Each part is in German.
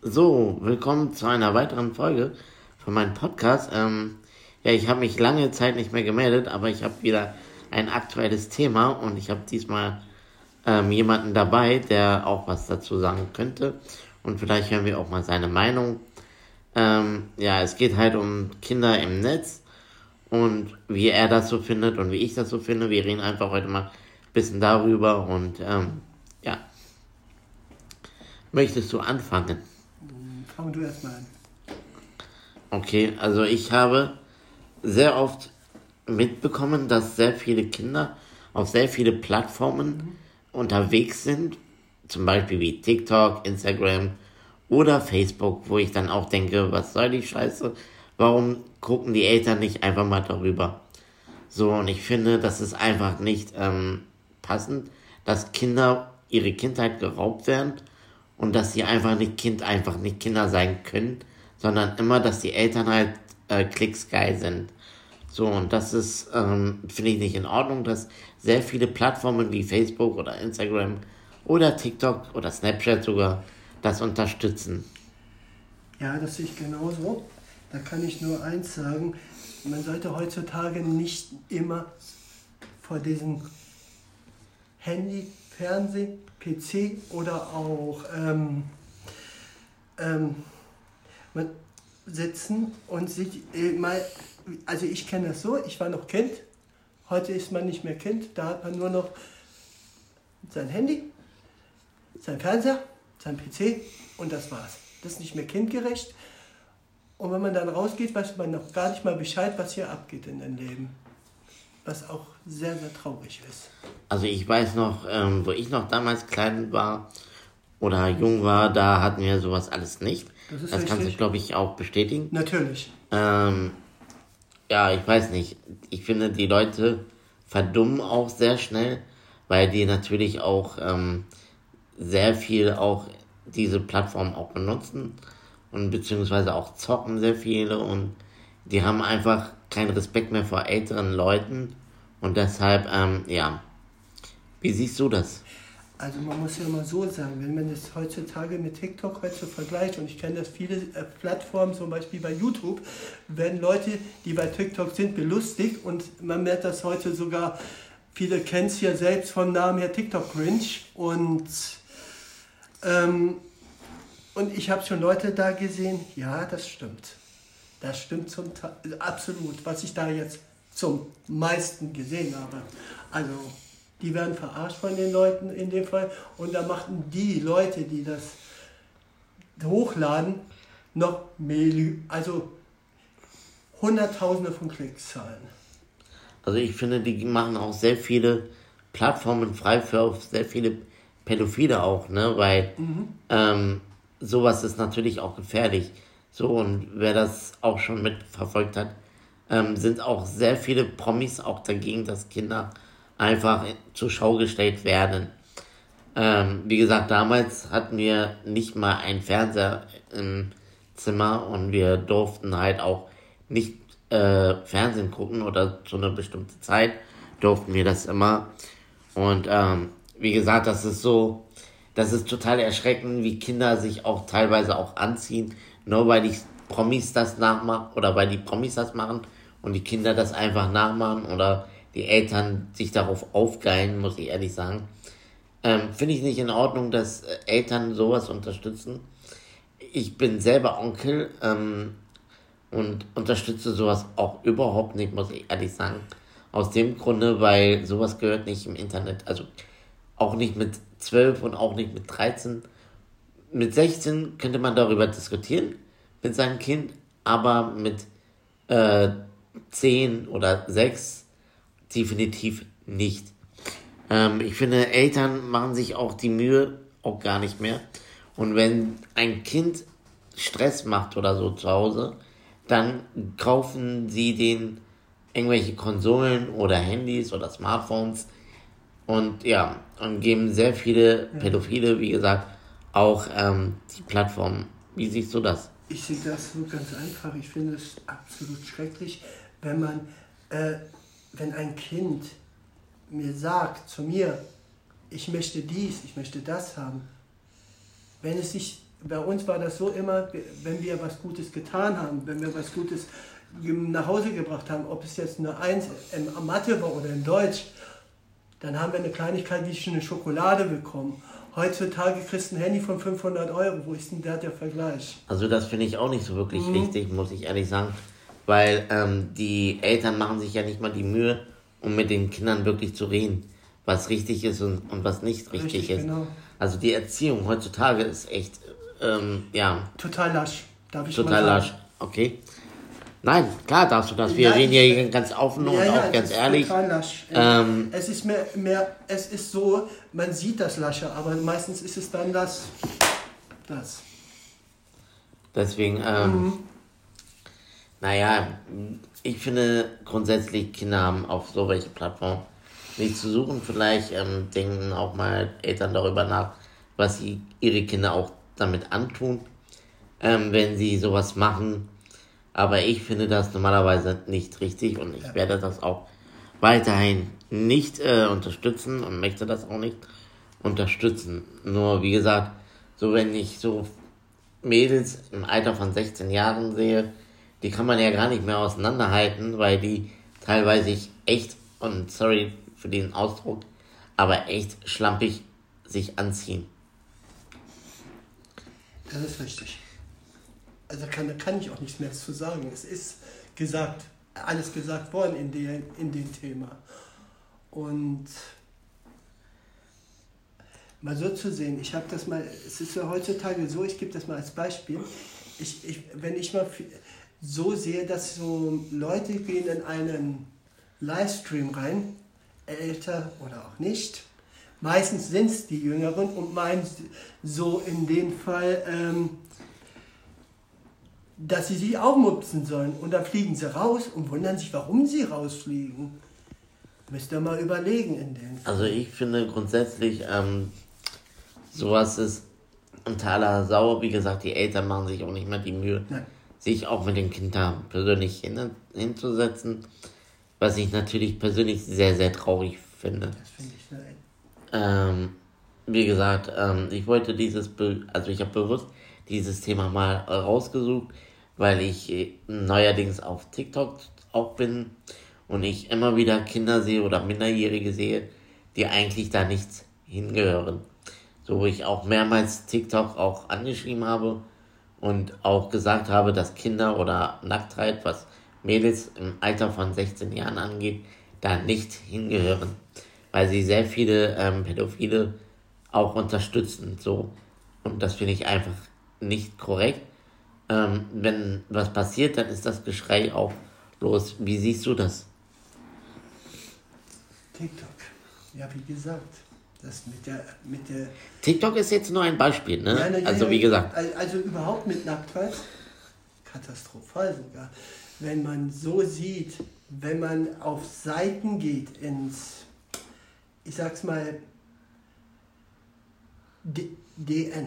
So, willkommen zu einer weiteren Folge von meinem Podcast. Ich habe mich lange Zeit nicht mehr gemeldet, aber ich habe wieder ein aktuelles Thema und ich habe diesmal jemanden dabei, der auch was dazu sagen könnte. Und vielleicht hören wir auch mal seine Meinung. Es geht halt um Kinder im Netz und wie er das so findet und wie ich das so finde. Wir reden einfach heute mal ein bisschen darüber und möchtest du anfangen? Fang du erstmal an. Okay, also ich habe sehr oft mitbekommen, dass sehr viele Kinder auf sehr viele Plattformen unterwegs sind, zum Beispiel wie TikTok, Instagram oder Facebook, wo ich dann auch denke, was soll die Scheiße? Warum gucken die Eltern nicht einfach mal darüber? So, und ich finde, das ist einfach nicht passend, dass Kinder ihre Kindheit geraubt werden und dass sie einfach nicht Kinder sein können, sondern immer, dass die Eltern halt klicksgeil sind. So, und das ist, finde ich nicht in Ordnung, dass sehr viele Plattformen wie Facebook oder Instagram oder TikTok oder Snapchat sogar das unterstützen. Ja, das sehe ich genauso. Da kann ich nur eins sagen, man sollte heutzutage nicht immer vor diesem Handy, Fernsehen, PC oder auch man sitzen und sich mal, also ich kenne das so, ich war noch Kind, heute ist man nicht mehr Kind, da hat man nur noch sein Handy, sein Fernseher, sein PC und das war's. Das ist nicht mehr kindgerecht. Und wenn man dann rausgeht, weiß man noch gar nicht mal Bescheid, was hier abgeht in dem Leben. Was auch sehr, sehr traurig ist. Also ich weiß noch, wo ich noch damals klein war oder jung war, da hatten wir sowas alles nicht. Das kannst du, glaube ich, auch bestätigen. Natürlich. Ich weiß nicht. Ich finde, die Leute verdummen auch sehr schnell, weil die natürlich auch sehr viel auch diese Plattform auch benutzen und beziehungsweise auch zocken sehr viele und die haben einfach keinen Respekt mehr vor älteren Leuten und deshalb, Wie siehst du das? Also man muss ja mal so sagen, wenn man das heutzutage mit TikTok heute vergleicht, und ich kenne das viele Plattformen, zum Beispiel bei YouTube, werden Leute, die bei TikTok sind, belustigt und man merkt das heute sogar, viele kennen es ja selbst vom Namen her TikTok-Cringe und ich habe schon Leute da gesehen, ja, das stimmt. Das stimmt zum Teil, absolut, was ich da jetzt zum meisten gesehen habe. Also, die werden verarscht von den Leuten in dem Fall und da machten die Leute, die das hochladen, noch mehr, also Hunderttausende von Klickszahlen. Also ich finde, die machen auch sehr viele Plattformen frei für auch sehr viele Pädophile auch, ne, weil sowas ist natürlich auch gefährlich. So, und wer das auch schon mitverfolgt hat, sind auch sehr viele Promis auch dagegen, dass Kinder einfach zur Schau gestellt werden. Wie gesagt, damals hatten wir nicht mal einen Fernseher im Zimmer und wir durften halt auch nicht Fernsehen gucken oder zu einer bestimmten Zeit durften wir das immer. Und wie gesagt, das ist total erschreckend, wie Kinder sich auch teilweise auch anziehen, nur weil die Promis das nachmachen oder weil die Promis das machen und die Kinder das einfach nachmachen oder die Eltern sich darauf aufgeilen, muss ich ehrlich sagen. Finde ich nicht in Ordnung, dass Eltern sowas unterstützen. Ich bin selber Onkel und unterstütze sowas auch überhaupt nicht, muss ich ehrlich sagen. Aus dem Grunde, weil sowas gehört nicht im Internet. Also auch nicht mit 12 und auch nicht mit 13. Mit 16 könnte man darüber diskutieren mit seinem Kind, aber mit 10 oder 6 definitiv nicht. Ich finde, Eltern machen sich auch die Mühe auch gar nicht mehr. Und wenn ein Kind Stress macht oder so zu Hause, dann kaufen sie denen irgendwelche Konsolen oder Handys oder Smartphones und geben sehr viele Pädophile, wie gesagt, auch die Plattform. Wie siehst du das? Ich sehe das so ganz einfach. Ich finde es absolut schrecklich, wenn ein Kind mir sagt zu mir, ich möchte dies, ich möchte das haben. Wenn es sich bei uns war das so immer, wenn wir was Gutes getan haben, wenn wir was Gutes nach Hause gebracht haben, ob es jetzt eine 1 in Mathe war oder in Deutsch, dann haben wir eine Kleinigkeit wie eine Schokolade bekommen. Heutzutage kriegst du ein Handy von 500 Euro. Wo ist denn der Vergleich? Also das finde ich auch nicht so wirklich richtig, muss ich ehrlich sagen. Weil die Eltern machen sich ja nicht mal die Mühe, um mit den Kindern wirklich zu reden, was richtig ist und was nicht richtig ist. Genau. Also die Erziehung heutzutage ist echt, total lasch, darf ich total mal sagen. Lasch, okay. Nein, klar darfst du das. Wir reden hier ganz offen und auch ganz ehrlich. Total lasch. Es ist mehr, es ist so, man sieht das Lasche, aber meistens ist es dann das. Deswegen, ich finde grundsätzlich, Kinder haben auf so welche Plattformen nichts zu suchen. Vielleicht denken auch mal Eltern darüber nach, was sie ihre Kinder auch damit antun, wenn sie sowas machen. Aber ich finde das normalerweise nicht richtig und ich werde das auch weiterhin nicht unterstützen und möchte das auch nicht unterstützen. Nur wie gesagt, so wenn ich so Mädels im Alter von 16 Jahren sehe, die kann man ja gar nicht mehr auseinanderhalten, weil die teilweise echt, und sorry für den Ausdruck, aber echt schlampig sich anziehen. Das ist richtig. Also kann ich auch nichts mehr zu sagen. Es ist alles gesagt worden in dem Thema. Und mal so zu sehen, es ist ja heutzutage so, ich gebe das mal als Beispiel, wenn ich mal so sehe, dass so Leute gehen in einen Livestream rein, älter oder auch nicht, meistens sind es die Jüngeren und meinen so in dem Fall, dass sie sich aufmupsen sollen. Und dann fliegen sie raus und wundern sich, warum sie rausfliegen. Müsst ihr mal überlegen in dem Fall. Also ich finde grundsätzlich, sowas ist unter aller Sau. Wie gesagt, die Eltern machen sich auch nicht mehr die Mühe, sich auch mit den Kindern persönlich hinzusetzen. Was ich natürlich persönlich sehr, sehr traurig finde. Das finde ich nein. Wie gesagt, ich wollte ich habe bewusst dieses Thema mal rausgesucht, weil ich neuerdings auf TikTok auch bin und ich immer wieder Kinder sehe oder Minderjährige sehe, die eigentlich da nicht hingehören. So, wo ich auch mehrmals TikTok auch angeschrieben habe und auch gesagt habe, dass Kinder oder Nacktheit, was Mädels im Alter von 16 Jahren angeht, da nicht hingehören, weil sie sehr viele Pädophile auch unterstützen. So. Und das finde ich einfach nicht korrekt. Wenn was passiert, dann ist das Geschrei auch los. Wie siehst du das? TikTok. Ja, wie gesagt, das mit der TikTok ist jetzt nur ein Beispiel, ne? Ja, wie gesagt. Also überhaupt mit Nacktheit, katastrophal sogar. Wenn man so sieht, wenn man auf Seiten geht ich sag's mal, DN.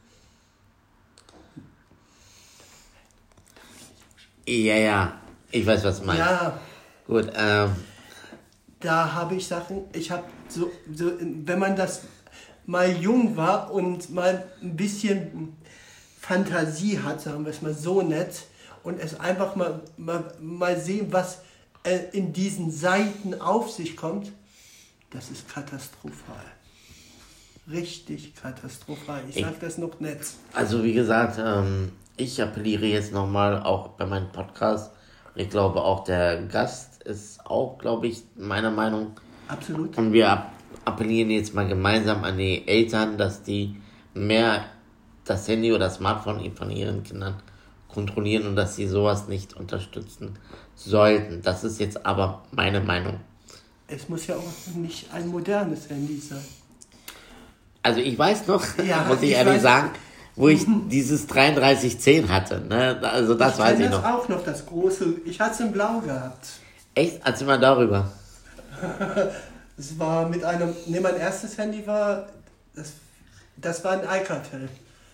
Ja, ich weiß, was du meinst. Ja. Gut, Da habe ich Sachen, wenn man das mal jung war und mal ein bisschen Fantasie hat, sagen wir es mal so nett, und es einfach mal sehen, was in diesen Seiten auf sich kommt, das ist katastrophal. Richtig katastrophal. Ich sage das noch nett. Also wie gesagt, ich appelliere jetzt nochmal auch bei meinem Podcast. Ich glaube auch der Gast ist auch, glaube ich, meiner Meinung. Absolut. Und wir appellieren jetzt mal gemeinsam an die Eltern, dass die mehr das Handy oder das Smartphone von ihren Kindern kontrollieren und dass sie sowas nicht unterstützen sollten. Das ist jetzt aber meine Meinung. Es muss ja auch nicht ein modernes Handy sein. Also ich weiß noch, muss ich ehrlich sagen, wo ich dieses 3310 hatte. Ne? Also das weiß ich noch. Ich auch noch, das große. Ich hatte es in Blau gehabt. Echt? Erzähl mal darüber. Es war mein erstes Handy war, das war ein Alcatel.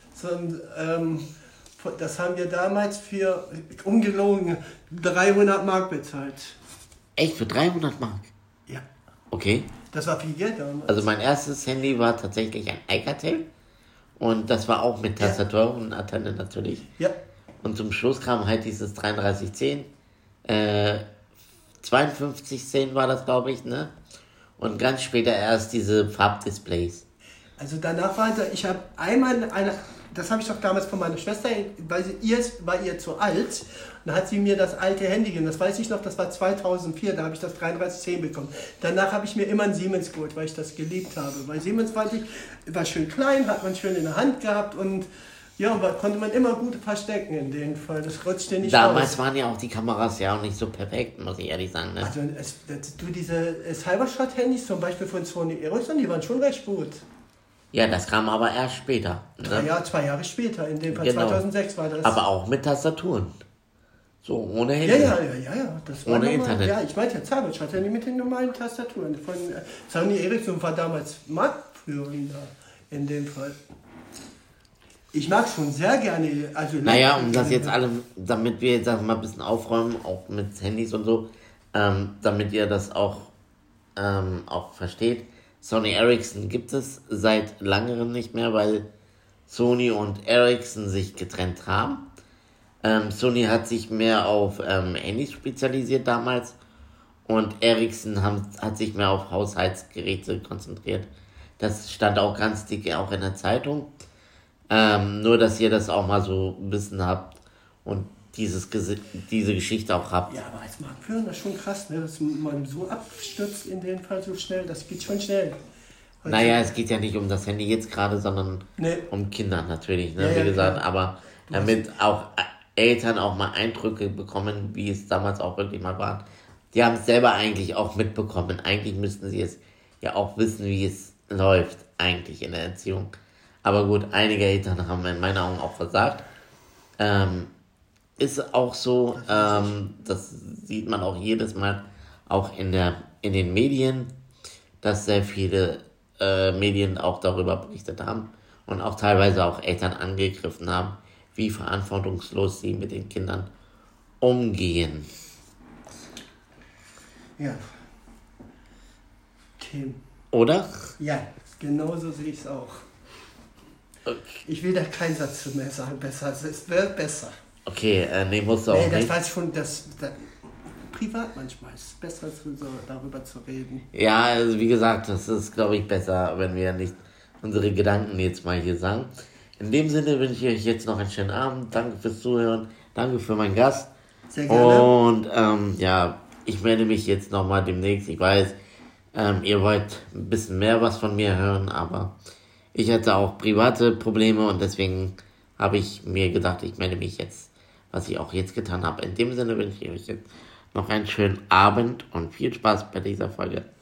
Das haben wir damals für, ungelogen, 300 Mark bezahlt. Echt? Für 300 Mark? Ja. Okay. Das war viel Geld damals. Also mein erstes Handy war tatsächlich ein Alcatel Und das war auch mit Tastatur und Antenne natürlich. Ja. Und zum Schluss kam halt dieses 3310. 5210 war das, glaube ich, ne? Und ganz später erst diese Farbdisplays. Also danach ich habe einmal das habe ich doch damals von meiner Schwester, weil war ihr zu alt. Dann hat sie mir das alte Handy gegeben, das weiß ich noch, das war 2004, da habe ich das 3310 bekommen. Danach habe ich mir immer ein Siemens geholt, weil ich das geliebt habe. Weil Siemens war schön klein, hat man schön in der Hand gehabt und ja, konnte man immer gut verstecken in dem Fall. Das rutschte nicht Damals raus. waren ja auch die Kameras ja auch nicht so perfekt, muss ich ehrlich sagen. Ne? Also diese Cybershot-Handys zum Beispiel von Sony Ericsson, die waren schon recht gut. Ja, das kam aber erst später. Ne? Ja, 2 Jahre später, in dem Fall Genau. 2006 war das. Aber auch mit Tastaturen. So, ohne Handy. Ja. Das war Ohne normal. Internet. Ja, ich meinte ja Cybershot, ja nicht mit den normalen Tastaturen. Von Sony Ericsson war damals Marktführender in dem Fall. Ich mag schon sehr gerne. Also Naja, um das jetzt alle, damit wir jetzt mal ein bisschen aufräumen, auch mit Handys und so, damit ihr das auch versteht. Sony Ericsson gibt es seit langem nicht mehr, weil Sony und Ericsson sich getrennt haben. Sony hat sich mehr auf Handys spezialisiert damals und Ericsson hat sich mehr auf Haushaltsgeräte konzentriert. Das stand auch ganz dick auch in der Zeitung. Nur, dass ihr das auch mal so ein bisschen habt und diese Geschichte auch habt. Ja, aber als Marktführer, das ist schon krass, ne? Dass man so abstürzt in dem Fall so schnell, das geht schon schnell. Also, Naja, es geht ja nicht um das Handy jetzt gerade, sondern um Kinder natürlich, ne? Ja, Wie gesagt, klar. aber damit auch Eltern auch mal Eindrücke bekommen, wie es damals auch wirklich mal war. Die haben es selber eigentlich auch mitbekommen. Eigentlich müssten sie es ja auch wissen, wie es läuft, eigentlich in der Erziehung. Aber gut, einige Eltern haben in meinen Augen auch versagt. Ist auch so, das sieht man auch jedes Mal, auch in den Medien, dass sehr viele Medien auch darüber berichtet haben und auch teilweise auch Eltern angegriffen haben, wie verantwortungslos sie mit den Kindern umgehen. Ja. Tim. Oder? Ja, genau so sehe ich es auch. Ich will da keinen Satz mehr sagen, besser. Es wird besser. Okay, nee, musst du auch Nee, das nicht. war schon privat manchmal. Es ist besser, darüber zu reden. Ja, also wie gesagt, das ist, glaube ich, besser, wenn wir nicht unsere Gedanken jetzt mal hier sagen. In dem Sinne wünsche ich euch jetzt noch einen schönen Abend. Danke fürs Zuhören. Danke für meinen Gast. Sehr gerne. Und ja, ich melde mich jetzt nochmal demnächst. Ich weiß, ihr wollt ein bisschen mehr was von mir hören, aber ich hatte auch private Probleme und deswegen habe ich mir gedacht, ich melde mich jetzt, was ich auch jetzt getan habe. In dem Sinne wünsche ich euch jetzt noch einen schönen Abend und viel Spaß bei dieser Folge.